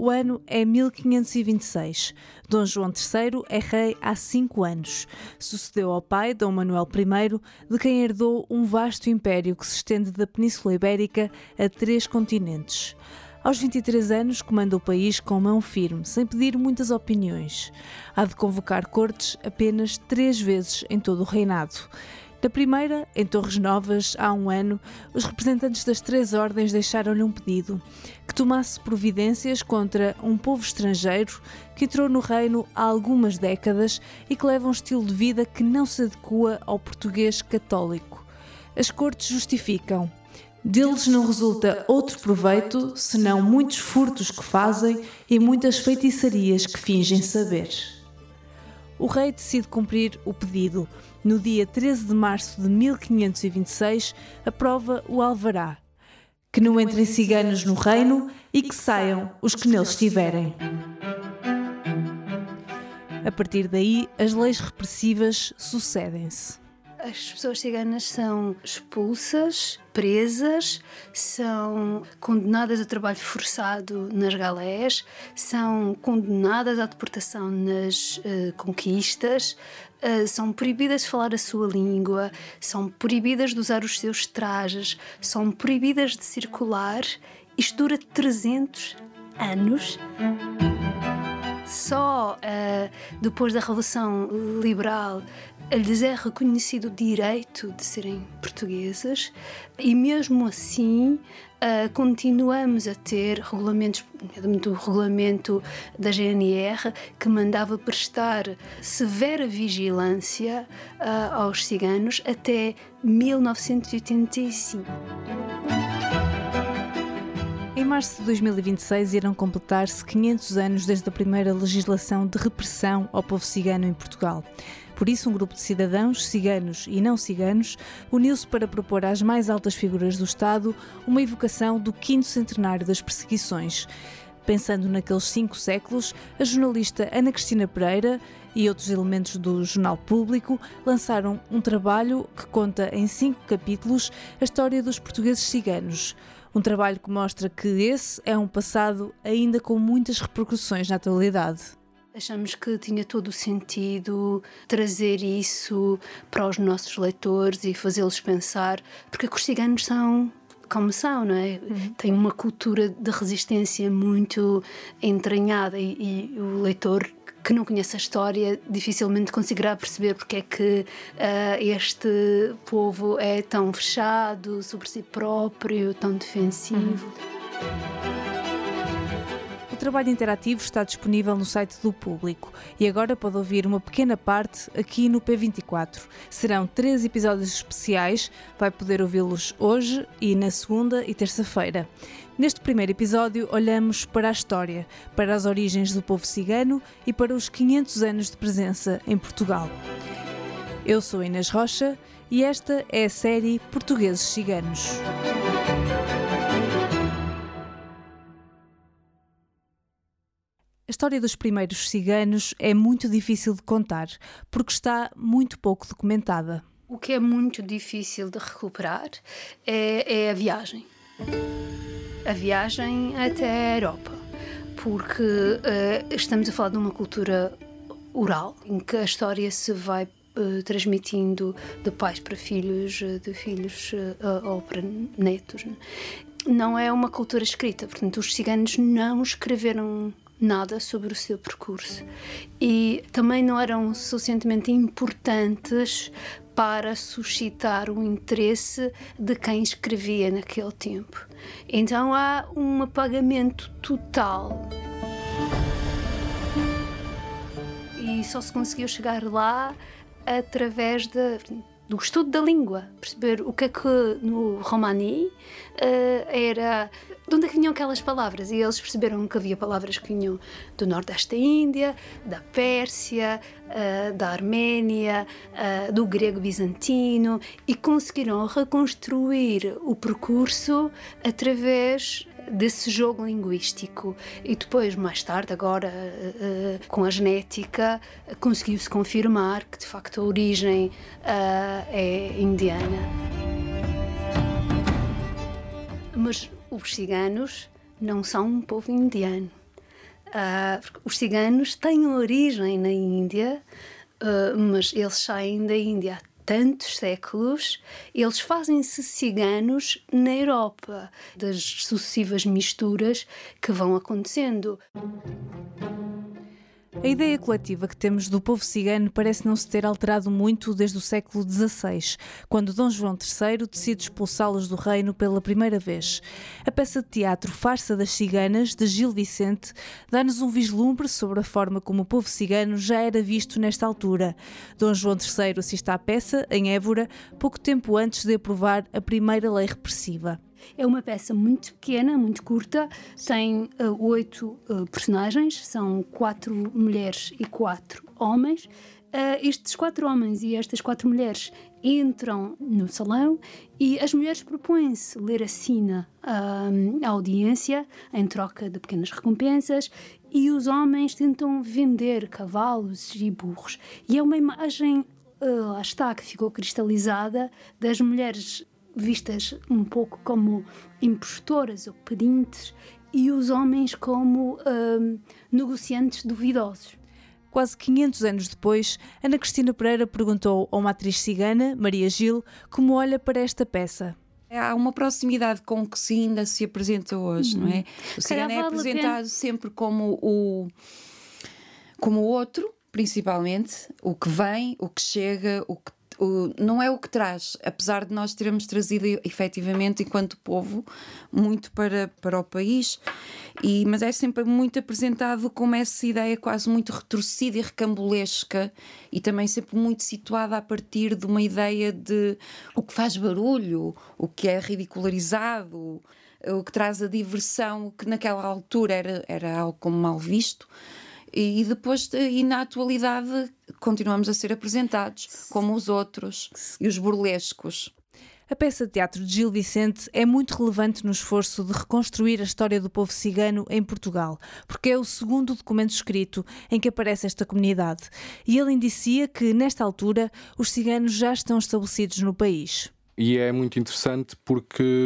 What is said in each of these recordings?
O ano é 1526. Dom João III é rei há 5 anos. Sucedeu ao pai, Dom Manuel I, de quem herdou um vasto império que se estende da Península Ibérica a 3 continentes. Aos 23 anos, comanda o país com mão firme, sem pedir muitas opiniões. Há de convocar cortes apenas 3 vezes em todo o reinado. Na primeira, em Torres Novas, há 1 ano, os representantes das 3 ordens deixaram-lhe um pedido: que tomasse providências contra um povo estrangeiro que entrou no reino há algumas décadas e que leva um estilo de vida que não se adequa ao português católico. As cortes justificam: deles não resulta outro proveito, senão muitos furtos que fazem e muitas feitiçarias que fingem saber. O rei decide cumprir o pedido. No dia 13 de março de 1526, aprova o alvará: que não entrem ciganos no reino e que saiam os que neles estiverem. A partir daí, as leis repressivas sucedem-se. As pessoas ciganas são expulsas, presas, são condenadas a trabalho forçado nas galés, são condenadas à deportação nas conquistas, são proibidas de falar a sua língua, são proibidas de usar os seus trajes, são proibidas de circular. Isto dura 300 anos. Só depois da Revolução Liberal lhes é reconhecido o direito de serem portuguesas e mesmo assim continuamos a ter regulamentos, do regulamento da GNR, que mandava prestar severa vigilância aos ciganos até 1985. Em março de 2026 irão completar-se 500 anos desde a primeira legislação de repressão ao povo cigano em Portugal. Por isso, um grupo de cidadãos, ciganos e não ciganos, uniu-se para propor às mais altas figuras do Estado uma evocação do 5º centenário das perseguições. Pensando naqueles 5 séculos, a jornalista Ana Cristina Pereira e outros elementos do Jornal Público lançaram um trabalho que conta em 5 capítulos a história dos portugueses ciganos. Um trabalho que mostra que esse é um passado ainda com muitas repercussões na atualidade. Achamos que tinha todo o sentido trazer isso para os nossos leitores e fazê-los pensar, porque os ciganos são como são, não é? Têm uma cultura de resistência muito entranhada e o leitor que não conhece a história dificilmente conseguirá perceber porque é que este povo é tão fechado sobre si próprio, tão defensivo. O trabalho interativo está disponível no site do Público e agora pode ouvir uma pequena parte aqui no P24. Serão 3 episódios especiais, vai poder ouvi-los hoje e na segunda e terça-feira. Neste primeiro episódio olhamos para a história, para as origens do povo cigano e para os 500 anos de presença em Portugal. Eu sou Inês Rocha e esta é a série Portugueses Ciganos. A história dos primeiros ciganos é muito difícil de contar, porque está muito pouco documentada. O que é muito difícil de recuperar é a viagem. A viagem até a Europa, porque estamos a falar de uma cultura oral, em que a história se vai transmitindo de pais para filhos, de filhos ou para netos. Não é uma cultura escrita, portanto os ciganos não escreveram nada sobre o seu percurso e também não eram suficientemente importantes para suscitar o interesse de quem escrevia naquele tempo. Então há um apagamento total. E só se conseguiu chegar lá através do estudo da língua, perceber o que é que no romani era, de onde é que vinham aquelas palavras, e eles perceberam que havia palavras que vinham do nordeste da Índia, da Pérsia, da Arménia, do grego bizantino, e conseguiram reconstruir o percurso através desse jogo linguístico. E depois, mais tarde, agora com a genética, conseguiu-se confirmar que de facto a origem é indiana. Mas os ciganos não são um povo indiano. Porque os ciganos têm origem na Índia, mas eles saem da Índia há tantos séculos, eles fazem-se ciganos na Europa, das sucessivas misturas que vão acontecendo. A ideia coletiva que temos do povo cigano parece não se ter alterado muito desde o século XVI, quando Dom João III decide expulsá-los do reino pela primeira vez. A peça de teatro Farsa das Ciganas, de Gil Vicente, dá-nos um vislumbre sobre a forma como o povo cigano já era visto nesta altura. Dom João III assiste à peça, em Évora, pouco tempo antes de aprovar a primeira lei repressiva. É uma peça muito pequena, muito curta, tem 8 personagens, são 4 mulheres e 4 homens. Estes 4 homens e estas 4 mulheres entram no salão e as mulheres propõem-se ler a sina à audiência em troca de pequenas recompensas e os homens tentam vender cavalos e burros. E é uma imagem, lá está, que ficou cristalizada das mulheres vistas um pouco como impostoras ou pedintes e os homens como negociantes duvidosos. Quase 500 anos depois, Ana Cristina Pereira perguntou a uma atriz cigana, Maria Gil, como olha para esta peça. Há uma proximidade com o que ainda se apresenta hoje, não é? O cigano é apresentado sempre como o outro, principalmente, o que vem, o que chega, não é o que traz, apesar de nós termos trazido efetivamente, enquanto povo, muito para o país, mas é sempre muito apresentado como essa ideia quase muito retorcida e recambulesca e também sempre muito situada a partir de uma ideia de o que faz barulho, o que é ridicularizado, o que traz a diversão, o que naquela altura era algo como mal visto. E depois, e na atualidade, continuamos a ser apresentados como os outros e os burlescos. A peça de teatro de Gil Vicente é muito relevante no esforço de reconstruir a história do povo cigano em Portugal, porque é o segundo documento escrito em que aparece esta comunidade. E ele indicia que, nesta altura, os ciganos já estão estabelecidos no país. E é muito interessante porque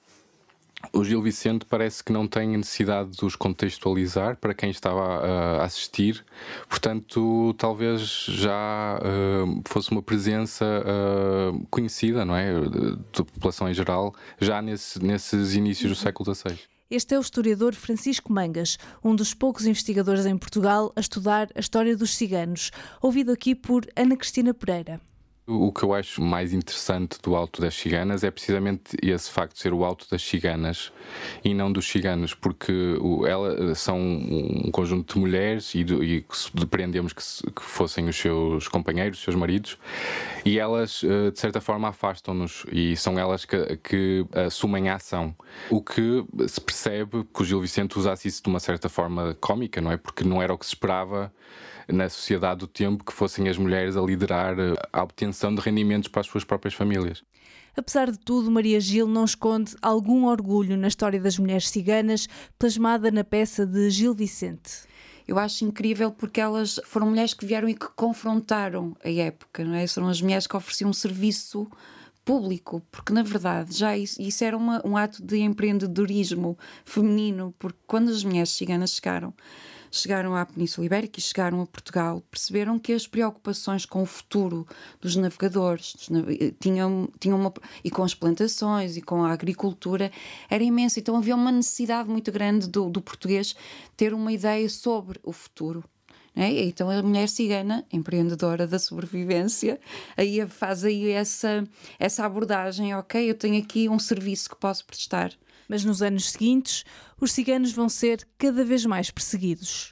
o Gil Vicente parece que não tem necessidade de os contextualizar para quem estava a assistir, portanto talvez já fosse uma presença conhecida, não é, da população em geral, já nesses inícios do século XVI. Este é o historiador Francisco Mangas, um dos poucos investigadores em Portugal a estudar a história dos ciganos, ouvido aqui por Ana Cristina Pereira. O que eu acho mais interessante do Alto das Ciganas é precisamente esse facto de ser o Alto das Ciganas e não dos ciganos, porque elas são um conjunto de mulheres e depreendemos que fossem os seus companheiros, os seus maridos, e elas de certa forma afastam-nos e são elas que assumem a ação. O que se percebe que o Gil Vicente usasse isso de uma certa forma cómica, não é? Porque não era o que se esperava na sociedade do tempo que fossem as mulheres a liderar a obtenção de rendimentos para as suas próprias famílias. Apesar de tudo, Maria Gil não esconde algum orgulho na história das mulheres ciganas, plasmada na peça de Gil Vicente. Eu acho incrível porque elas foram mulheres que vieram e que confrontaram a época, não é? Foram as mulheres que ofereciam um serviço público, porque na verdade já isso era um ato de empreendedorismo feminino, porque quando as mulheres ciganas chegaram à Península Ibérica e chegaram a Portugal, perceberam que as preocupações com o futuro dos navegadores tinham e com as plantações e com a agricultura era imensa. Então havia uma necessidade muito grande do português ter uma ideia sobre o futuro. Então a mulher cigana, empreendedora da sobrevivência, aí faz aí essa abordagem, ok, eu tenho aqui um serviço que posso prestar. Mas nos anos seguintes, os ciganos vão ser cada vez mais perseguidos.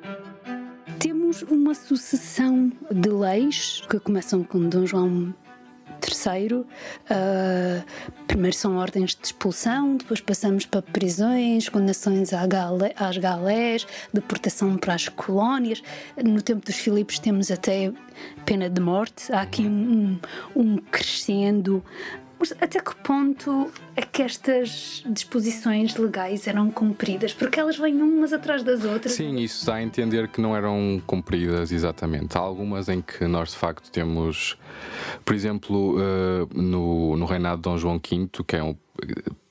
Temos uma sucessão de leis que começam com Dom João III. Primeiro são ordens de expulsão, depois passamos para prisões, condenações às galés, deportação para as colónias. No tempo dos Filipos temos até pena de morte. Há aqui um crescendo. Mas até que ponto é que estas disposições legais eram cumpridas? Porque elas vêm umas atrás das outras. Sim, isso dá a entender que não eram cumpridas exatamente. Há algumas em que nós de facto temos, por exemplo, no reinado de Dom João V, que é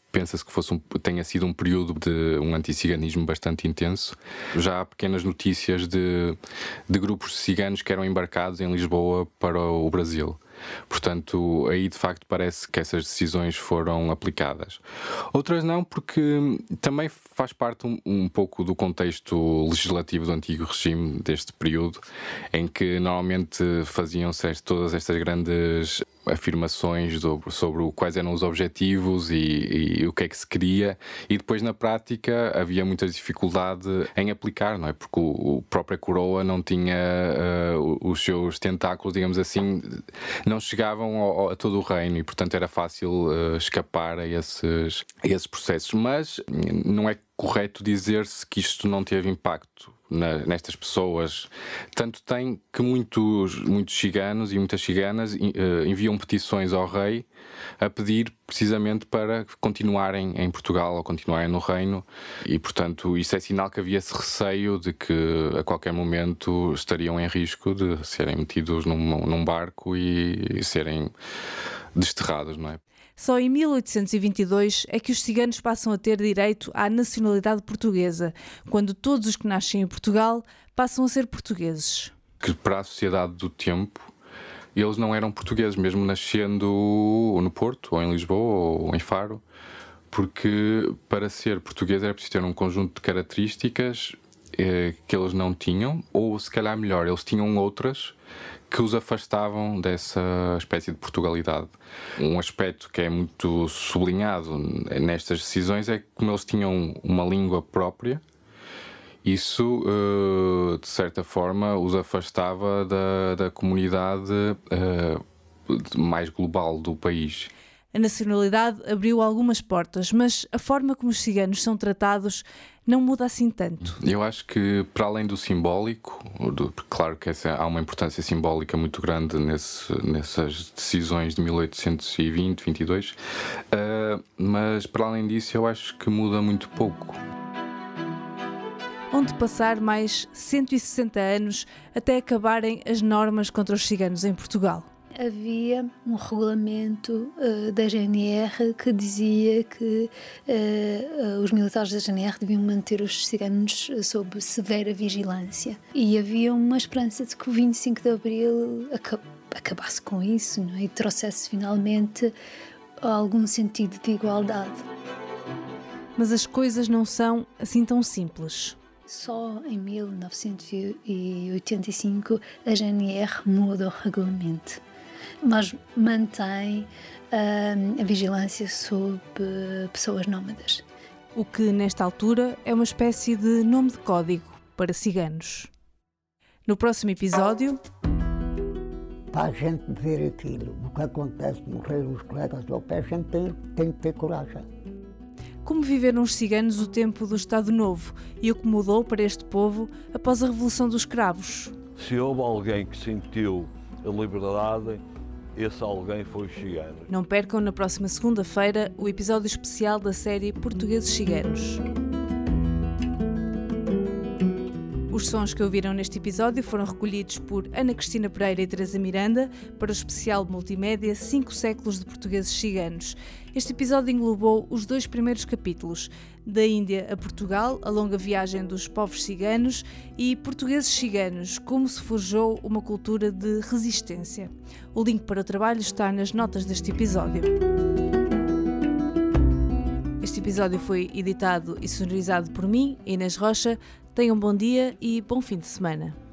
pensa-se que tenha sido um período de um anticiganismo bastante intenso. Já há pequenas notícias de grupos de ciganos que eram embarcados em Lisboa para o Brasil. Portanto, aí de facto parece que essas decisões foram aplicadas. Outras não, porque também faz parte um pouco do contexto legislativo do antigo regime, deste período, em que normalmente faziam-se todas estas grandes afirmações sobre quais eram os objetivos e o que é que se queria, e depois na prática havia muita dificuldade em aplicar, não é? Porque a própria coroa não tinha os seus tentáculos, digamos assim, não chegavam a todo o reino, e portanto era fácil escapar a esses processos. Mas não é correto dizer-se que isto não teve impacto nestas pessoas. Tanto tem que muitos ciganos e muitas ciganas enviam petições ao rei a pedir precisamente para continuarem em Portugal ou continuarem no reino, e portanto isso é sinal que havia esse receio de que a qualquer momento estariam em risco de serem metidos num barco e serem desterrados, não é? Só em 1822 é que os ciganos passam a ter direito à nacionalidade portuguesa, quando todos os que nascem em Portugal passam a ser portugueses. Que para a sociedade do tempo, eles não eram portugueses, mesmo nascendo no Porto, ou em Lisboa, ou em Faro, porque para ser português era preciso ter um conjunto de características que eles não tinham, ou se calhar melhor, eles tinham outras que os afastavam dessa espécie de Portugalidade. Um aspecto que é muito sublinhado nestas decisões é que, como eles tinham uma língua própria, isso, de certa forma, os afastava da comunidade mais global do país. A nacionalidade abriu algumas portas, mas a forma como os ciganos são tratados não muda assim tanto. Eu acho que, para além do simbólico, claro que há uma importância simbólica muito grande nessas decisões de 1820, 22, mas para além disso eu acho que muda muito pouco. Onde passar mais 160 anos até acabarem as normas contra os ciganos em Portugal. Havia um regulamento da GNR que dizia que os militares da GNR deviam manter os ciganos sob severa vigilância. E havia uma esperança de que o 25 de Abril acabasse com isso, não é? E trouxesse finalmente algum sentido de igualdade. Mas as coisas não são assim tão simples. Só em 1985 a GNR muda o regulamento, mas mantém a vigilância sobre pessoas nómadas. O que, nesta altura, é uma espécie de nome de código para ciganos. No próximo episódio... Para a gente ver aquilo, o que acontece, morrer os colegas ao pé, a gente tem que ter coragem. Como viveram os ciganos o tempo do Estado Novo e o que mudou para este povo após a Revolução dos Cravos. Se houve alguém que sentiu a liberdade, esse alguém foi os ciganos. Não percam na próxima segunda-feira o episódio especial da série Portugueses Ciganos. Os sons que ouviram neste episódio foram recolhidos por Ana Cristina Pereira e Teresa Miranda para o especial multimédia 5 séculos de portugueses ciganos. Este episódio englobou os 2 primeiros capítulos, da Índia a Portugal, a longa viagem dos povos ciganos, e Portugueses Ciganos, como se forjou uma cultura de resistência. O link para o trabalho está nas notas deste episódio. Este episódio foi editado e sonorizado por mim, Inês Rocha. Tenham um bom dia e bom fim de semana.